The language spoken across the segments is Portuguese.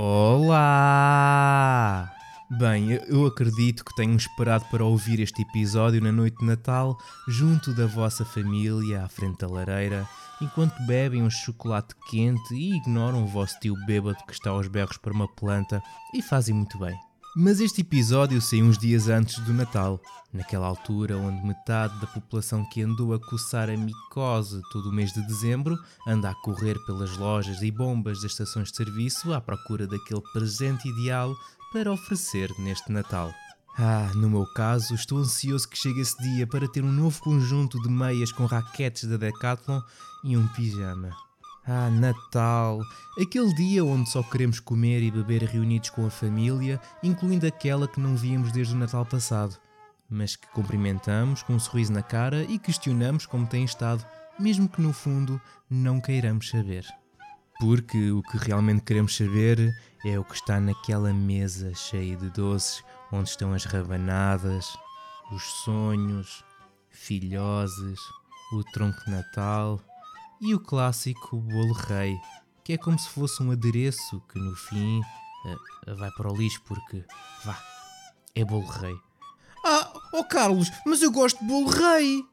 Olá! Bem, eu acredito que tenham esperado para ouvir este episódio na noite de Natal, junto da vossa família, à frente da lareira, enquanto bebem um chocolate quente e ignoram o vosso tio bêbado que está aos berros para uma planta, e fazem muito bem. Mas este episódio saiu uns dias antes do Natal, naquela altura onde metade da população que andou a coçar a micose todo o mês de dezembro anda a correr pelas lojas e bombas das estações de serviço à procura daquele presente ideal para oferecer neste Natal. No meu caso, estou ansioso que chegue esse dia para ter um novo conjunto de meias com raquetes da Decathlon e um pijama. Natal! Aquele dia onde só queremos comer e beber reunidos com a família, incluindo aquela que não víamos desde o Natal passado, mas que cumprimentamos com um sorriso na cara e questionamos como tem estado, mesmo que no fundo não queiramos saber. Porque o que realmente queremos saber é o que está naquela mesa cheia de doces, onde estão as rabanadas, os sonhos, filhoses, o tronco de Natal e o clássico bolo rei, que é como se fosse um adereço que no fim vai para o lixo porque, é bolo rei. Carlos, mas eu gosto de bolo rei.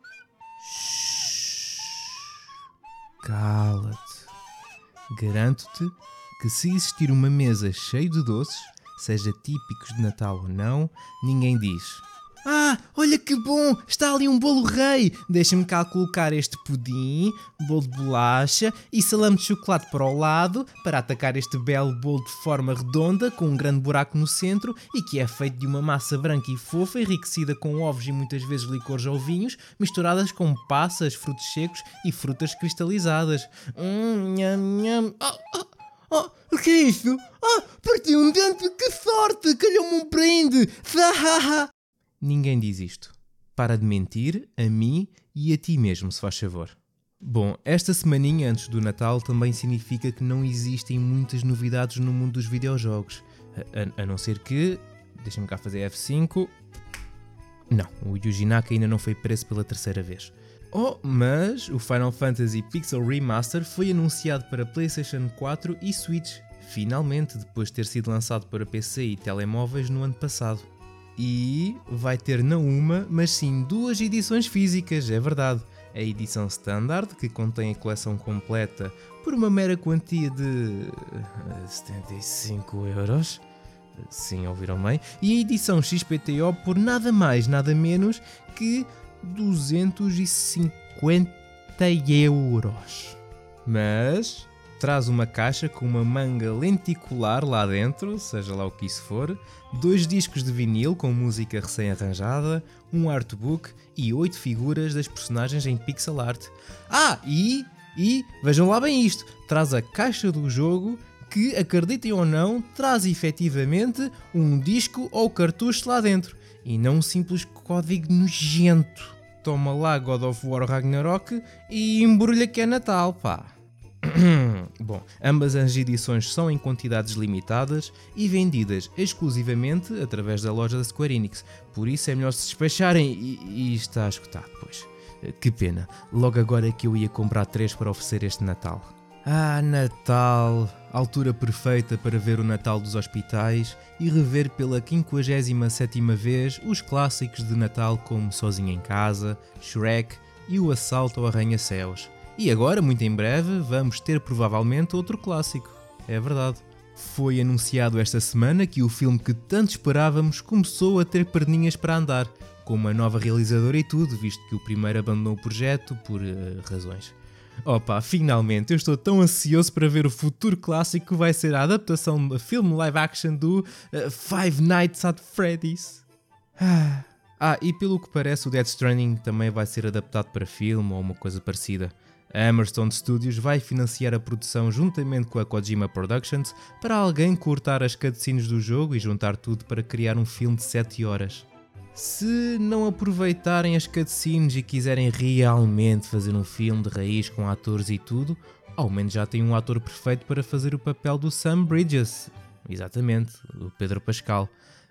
Cala-te. Garanto-te que se existir uma mesa cheia de doces, seja típicos de Natal ou não, ninguém diz: Olha que bom, está ali um bolo rei. Deixa-me cá colocar este pudim, bolo de bolacha e salame de chocolate para o lado para atacar este belo bolo de forma redonda com um grande buraco no centro e que é feito de uma massa branca e fofa enriquecida com ovos e muitas vezes licores ou vinhos misturadas com passas, frutos secos e frutas cristalizadas. Nham, nham. O que é isso? Parti um dente, que sorte, calhou-me um brinde. Ninguém diz isto. Para de mentir a mim e a ti mesmo, se faz favor. Bom, esta semaninha antes do Natal também significa que não existem muitas novidades no mundo dos videojogos. A não ser que... Deixa-me cá fazer F5... Não, o Yuji Naka ainda não foi preso pela terceira vez. Mas o Final Fantasy Pixel Remaster foi anunciado para PlayStation 4 e Switch, finalmente, depois de ter sido lançado para PC e telemóveis no ano passado. E vai ter não uma, mas sim duas edições físicas, é verdade. A edição Standard, que contém a coleção completa por uma mera quantia de 75€. Sim, ouviram bem. E a edição XPTO por nada mais, nada menos que 250€. Mas traz uma caixa com uma manga lenticular lá dentro, seja lá o que isso for, 2 discos de vinil com música recém-arranjada, um artbook e 8 figuras das personagens em pixel art. E vejam lá bem isto, traz a caixa do jogo que, acreditem ou não, traz efetivamente um disco ou cartucho lá dentro e não um simples código nojento. Toma lá God of War Ragnarok e embrulha que é Natal, pá. Bom, ambas as edições são em quantidades limitadas e vendidas exclusivamente através da loja da Square Enix, por isso é melhor se despacharem e está esgotado, pois. Que pena, logo agora é que eu ia comprar 3 para oferecer este Natal. Natal, altura perfeita para ver o Natal dos hospitais e rever pela 57ª vez os clássicos de Natal como Sozinho em Casa, Shrek e O Assalto ao Arranha-Céus. E agora, muito em breve, vamos ter provavelmente outro clássico. É verdade. Foi anunciado esta semana que o filme que tanto esperávamos começou a ter perninhas para andar, com uma nova realizadora e tudo, visto que o primeiro abandonou o projeto por razões. Finalmente, eu estou tão ansioso para ver o futuro clássico que vai ser a adaptação do filme live action do Five Nights at Freddy's. E pelo que parece o Death Stranding também vai ser adaptado para filme ou uma coisa parecida. A Hammerstone Studios vai financiar a produção juntamente com a Kojima Productions para alguém cortar as cutscenes do jogo e juntar tudo para criar um filme de 7 horas. Se não aproveitarem as cutscenes e quiserem realmente fazer um filme de raiz com atores e tudo, ao menos já tem um ator perfeito para fazer o papel do Sam Bridges. Exatamente, o Pedro Pascal.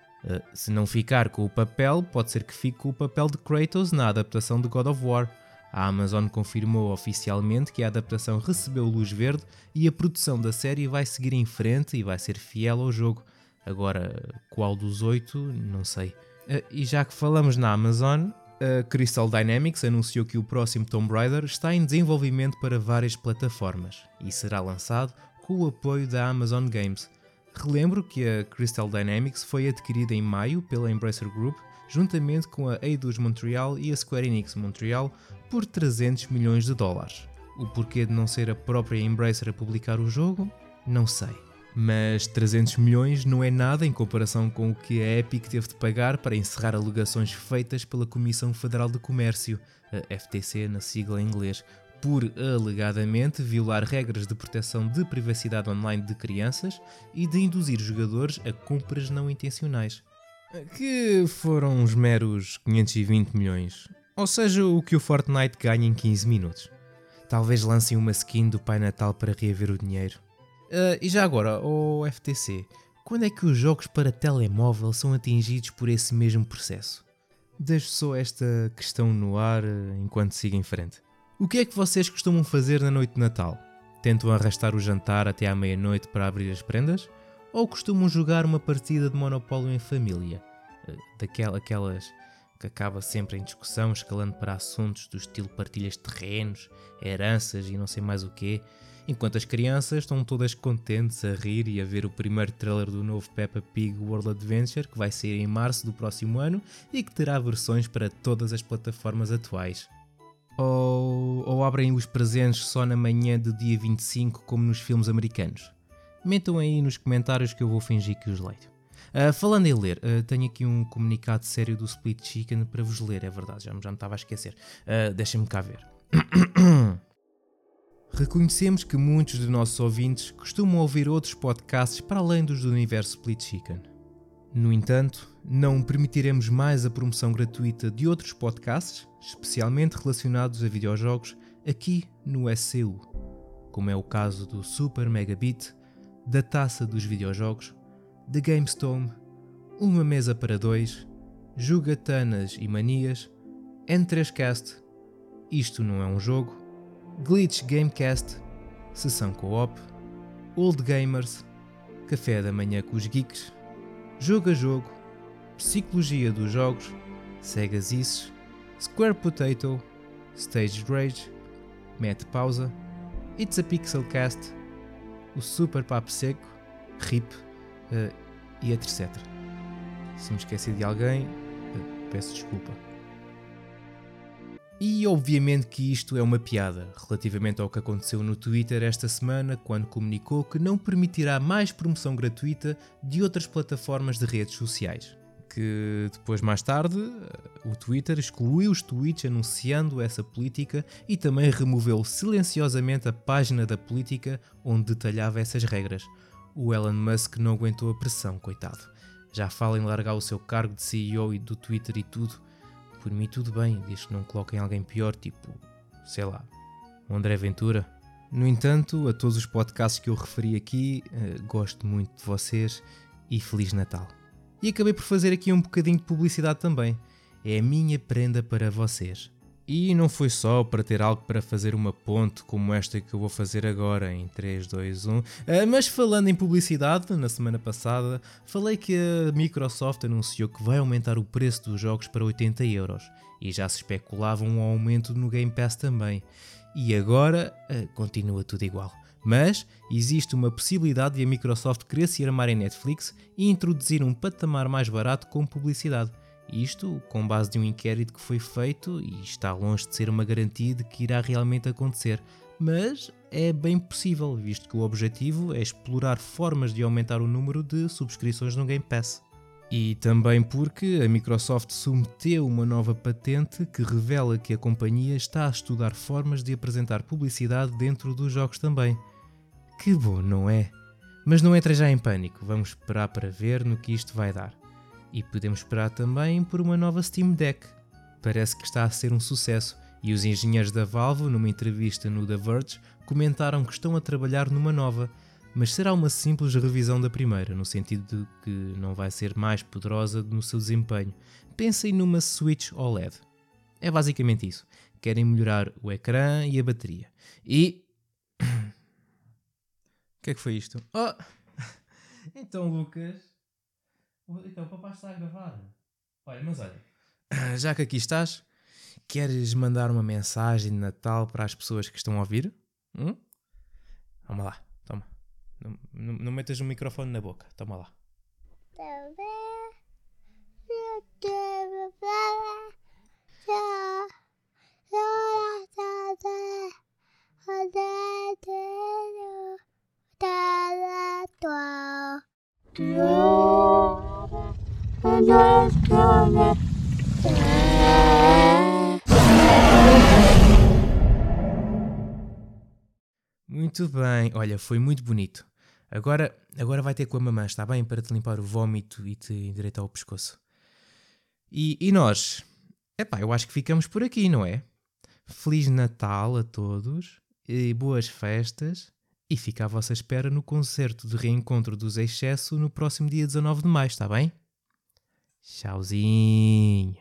Se não ficar com o papel, pode ser que fique com o papel de Kratos na adaptação de God of War. A Amazon confirmou oficialmente que a adaptação recebeu luz verde e a produção da série vai seguir em frente e vai ser fiel ao jogo. Agora, qual dos 8, não sei. E já que falamos na Amazon, a Crystal Dynamics anunciou que o próximo Tomb Raider está em desenvolvimento para várias plataformas e será lançado com o apoio da Amazon Games. Relembro que a Crystal Dynamics foi adquirida em maio pela Embracer Group, juntamente com a Eidos Montreal e a Square Enix Montreal, por 300 milhões de dólares. O porquê de não ser a própria Embracer a publicar o jogo? Não sei. Mas 300 milhões não é nada em comparação com o que a Epic teve de pagar para encerrar alegações feitas pela Comissão Federal de Comércio, a FTC na sigla em inglês, por alegadamente violar regras de proteção de privacidade online de crianças e de induzir jogadores a compras não intencionais. Que foram uns meros 520 milhões, ou seja, o que o Fortnite ganha em 15 minutos. Talvez lancem uma skin do Pai Natal para reaver o dinheiro. E já agora, o FTC, quando é que os jogos para telemóvel são atingidos por esse mesmo processo? Deixo só esta questão no ar enquanto sigo em frente. O que é que vocês costumam fazer na noite de Natal? Tentam arrastar o jantar até à meia-noite para abrir as prendas? Ou costumam jogar uma partida de Monopólio em família? Aquelas que acaba sempre em discussão, escalando para assuntos do estilo partilhas de terrenos, heranças e não sei mais o quê, enquanto as crianças estão todas contentes a rir e a ver o primeiro trailer do novo Peppa Pig World Adventure, que vai sair em março do próximo ano e que terá versões para todas as plataformas atuais. Ou abrem os presentes só na manhã do dia 25, como nos filmes americanos? Metam aí nos comentários que eu vou fingir que os leio. Falando em ler, tenho aqui um comunicado sério do Split Chicken para vos ler, é verdade, já me estava a esquecer. Deixem-me cá ver. Reconhecemos que muitos de nossos ouvintes costumam ouvir outros podcasts para além dos do universo Split Chicken. No entanto, não permitiremos mais a promoção gratuita de outros podcasts, especialmente relacionados a videojogos, aqui no SCU, como é o caso do Super Megabit, da Taça dos Videojogos, The GameStone, Uma Mesa para Dois, Jogatanas e Manias, N3Cast, Isto Não É Um Jogo, Glitch Gamecast, Sessão Co-op, Old Gamers, Café da Manhã com os Geeks, Jogo a Jogo, Psicologia dos Jogos, Segas Isses, Square Potato, Stage Rage, Mete Pausa, It's a Pixelcast, o Super Papo Seco, RIP e etc. Se me esqueci de alguém, peço desculpa. E obviamente que isto é uma piada, relativamente ao que aconteceu no Twitter esta semana, quando comunicou que não permitirá mais promoção gratuita de outras plataformas de redes sociais. Que depois, mais tarde, o Twitter excluiu os tweets anunciando essa política e também removeu silenciosamente a página da política onde detalhava essas regras. O Elon Musk não aguentou a pressão, coitado. Já fala em largar o seu cargo de CEO e do Twitter e tudo. Por mim tudo bem, desde que não coloquem alguém pior, tipo, sei lá, o André Ventura. No entanto, a todos os podcasts que eu referi aqui, gosto muito de vocês e Feliz Natal. E acabei por fazer aqui um bocadinho de publicidade também. É a minha prenda para vocês. E não foi só para ter algo para fazer uma ponte como esta que eu vou fazer agora em 3, 2, 1. Mas falando em publicidade, na semana passada, falei que a Microsoft anunciou que vai aumentar o preço dos jogos para 80€. E já se especulava um aumento no Game Pass também. E agora, continua tudo igual. Mas existe uma possibilidade de a Microsoft querer se armar em Netflix e introduzir um patamar mais barato com publicidade. Isto com base de um inquérito que foi feito e está longe de ser uma garantia de que irá realmente acontecer, mas é bem possível, visto que o objetivo é explorar formas de aumentar o número de subscrições no Game Pass. E também porque a Microsoft submeteu uma nova patente que revela que a companhia está a estudar formas de apresentar publicidade dentro dos jogos também. Que bom, não é? Mas não entre já em pânico, vamos esperar para ver no que isto vai dar. E podemos esperar também por uma nova Steam Deck. Parece que está a ser um sucesso e os engenheiros da Valve, numa entrevista no The Verge, comentaram que estão a trabalhar numa nova, mas será uma simples revisão da primeira, no sentido de que não vai ser mais poderosa no seu desempenho. Pensem numa Switch OLED. É basicamente isso. querem melhorar o ecrã e a bateria. E... O que é que foi isto? Oh! Então, Lucas... Então, o papai está a gravar. Olha, mas olha... Já que aqui estás, queres mandar uma mensagem de Natal para as pessoas que estão a ouvir? Toma lá, toma. Não metas o microfone na boca, toma lá. Muito bem, olha, foi muito bonito. Agora vai ter com a mamã, está bem? Para te limpar o vómito e te endireitar o pescoço. E nós? Epá, eu acho que ficamos por aqui, não é? Feliz Natal a todos, e boas festas, e fica à vossa espera no concerto de reencontro dos Excesso no próximo dia 19 de maio, está bem? Tchauzinho!